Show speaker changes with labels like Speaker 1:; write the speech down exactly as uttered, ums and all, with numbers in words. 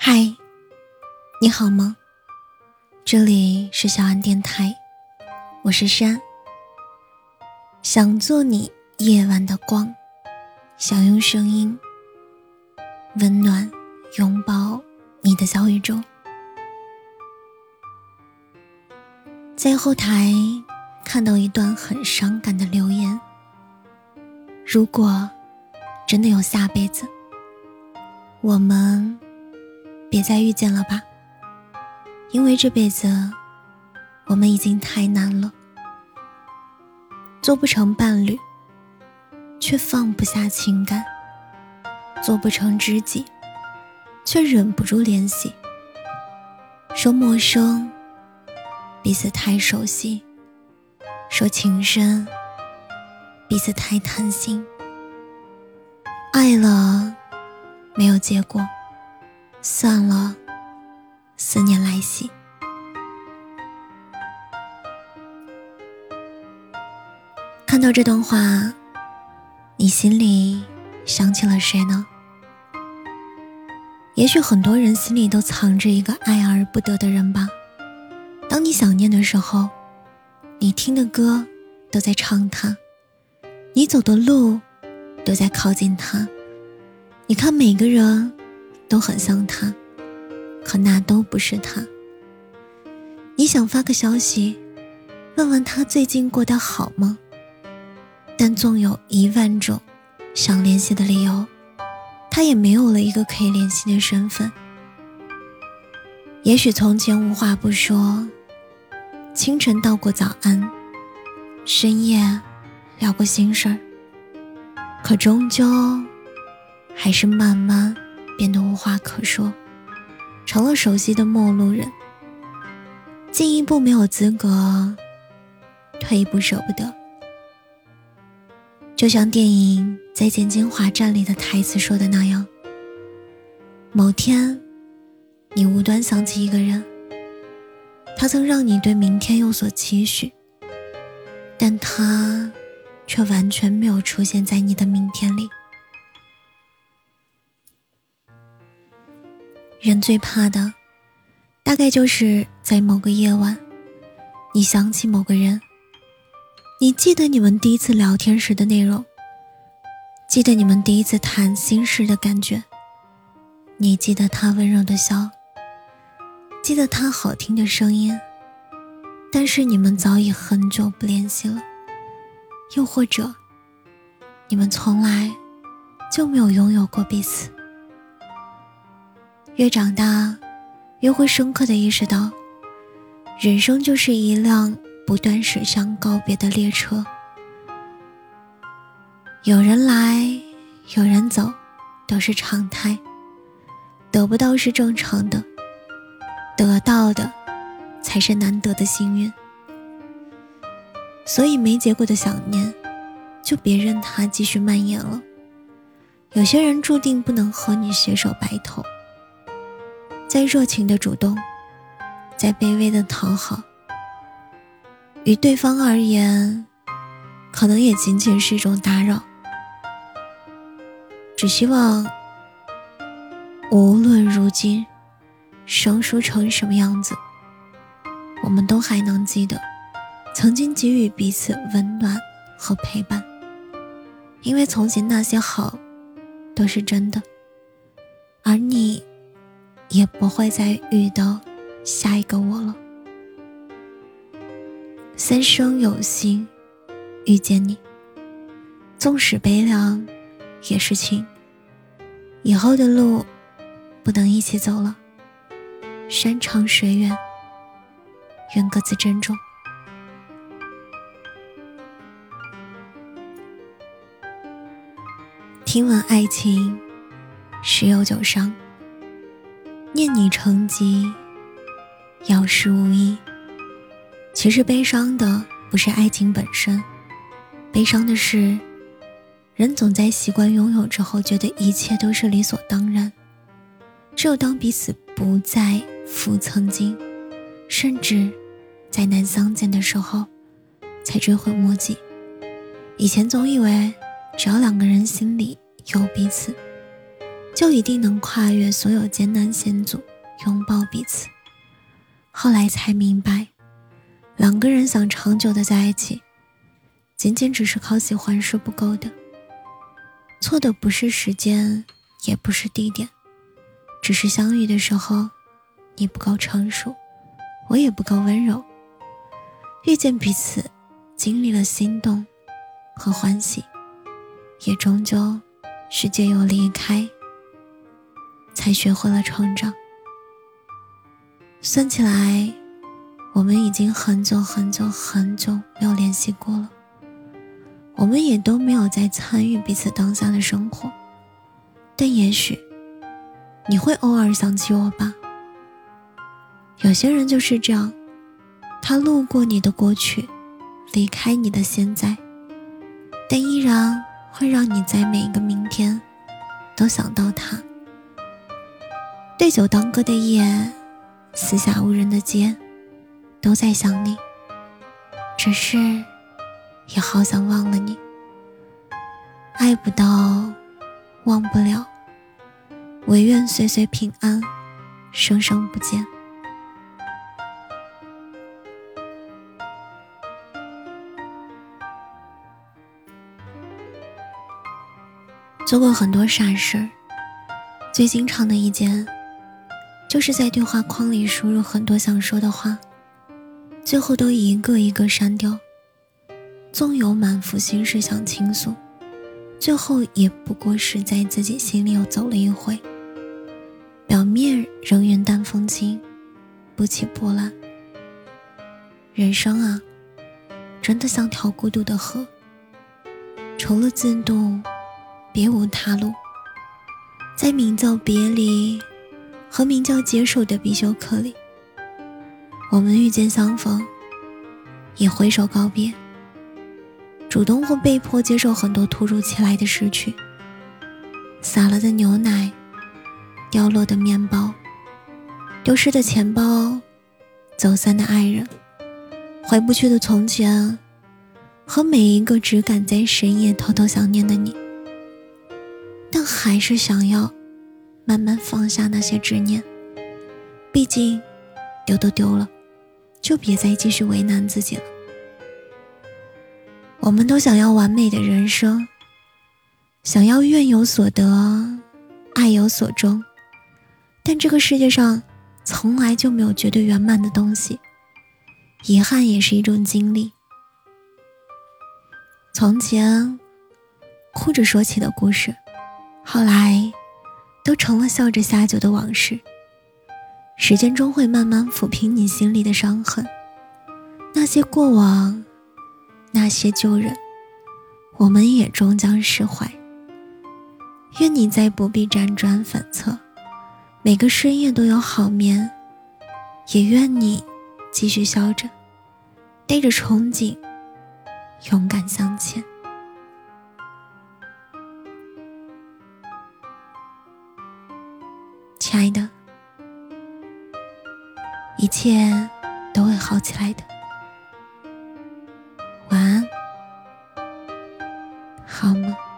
Speaker 1: 嗨，你好吗？这里是小安电台，我是珊。想做你夜晚的光，想用声音温暖拥抱你的小宇宙。在后台看到一段很伤感的留言，如果真的有下辈子，我们别再遇见了吧，因为这辈子我们已经太难了，做不成伴侣却放不下情感，做不成知己却忍不住联系，说陌生彼此太熟悉，说情深彼此太贪心，爱了没有结果，算了，思念来袭。看到这段话，你心里想起了谁呢？也许很多人心里都藏着一个爱而不得的人吧。当你想念的时候，你听的歌都在唱他，你走的路都在靠近他，你看每个人都很像他，可那都不是他。你想发个消息问问他最近过得好吗？但纵有一万种想联系的理由，他也没有了一个可以联系的身份。也许从前无话不说，清晨道过早安，深夜聊过心事儿，可终究还是慢慢变得无话可说，成了熟悉的陌路人。进一步没有资格，退一步舍不得。就像电影《再见金华站》里的台词说的那样，某天你无端想起一个人，他曾让你对明天有所期许，但他却完全没有出现在你的明天里。人最怕的大概就是在某个夜晚，你想起某个人，你记得你们第一次聊天时的内容，记得你们第一次谈心时的感觉，你记得他温柔的笑，记得他好听的声音，但是你们早已很久不联系了，又或者你们从来就没有拥有过彼此。越长大越会深刻地意识到，人生就是一辆不断驶向告别的列车，有人来有人走都是常态，得不到是正常的，得到的才是难得的幸运。所以没结果的想念就别任它继续蔓延了。有些人注定不能和你携手白头，再热情的主动，再卑微的讨好，于对方而言可能也仅仅是一种打扰。只希望无论如今生疏成什么样子，我们都还能记得曾经给予彼此温暖和陪伴，因为从前那些好都是真的，而你也不会再遇到下一个我了。三生有幸遇见你，纵使悲凉也是情，以后的路不能一起走了，山长水远，愿各自珍重。听闻爱情十有九伤，念你成疾有时无益。其实悲伤的不是爱情本身，悲伤的是人总在习惯拥有之后觉得一切都是理所当然，只有当彼此不再复曾经，甚至在难相见的时候才追悔莫及。以前总以为只要两个人心里有彼此， 就一定能跨越所有艰难险阻，拥抱彼此。后来才明白，两个人想长久的在一起，仅仅只是靠喜欢是不够的。错的不是时间，也不是地点，只是相遇的时候，你不够成熟，我也不够温柔。遇见彼此，经历了心动和欢喜，也终究是借由离开，才学会了成长。算起来，我们已经很久很久很久没有联系过了，我们也都没有再参与彼此当下的生活，但也许你会偶尔想起我吧。有些人就是这样，他路过你的过去，离开你的现在，但依然会让你在每一个明天都想到他。对酒当歌的夜，四下无人的街，都在想你，只是也好想忘了你。爱不到，忘不了，唯愿岁岁平安，生生不见。做过很多傻事，最经常的一件就是在对话框里输入很多想说的话，最后都一个一个删掉。纵有满腹心事想倾诉，最后也不过是在自己心里又走了一回，表面仍云淡风轻，不起波澜。人生啊，真的像条孤独的河，除了自渡，别无他路。在名叫别离和名叫接受的必修课里，我们遇见相逢，也挥手告别，主动或被迫接受很多突如其来的失去，洒了的牛奶，掉落的面包，丢失的钱包，走散的爱人，回不去的从前，和每一个只敢在深夜偷偷想念的你。但还是想要慢慢放下那些执念，毕竟丢都丢了，就别再继续为难自己了。我们都想要完美的人生，想要愿有所得，爱有所终，但这个世界上从来就没有绝对圆满的东西，遗憾也是一种经历。从前哭着说起的故事，后来都成了笑着下酒的往事。时间终会慢慢抚平你心里的伤痕，那些过往，那些旧人，我们也终将释怀。愿你再不必辗转反侧，每个深夜都有好眠，也愿你继续笑着，带着憧憬，勇敢向前。亲爱的，一切都会好起来的。晚安，好吗？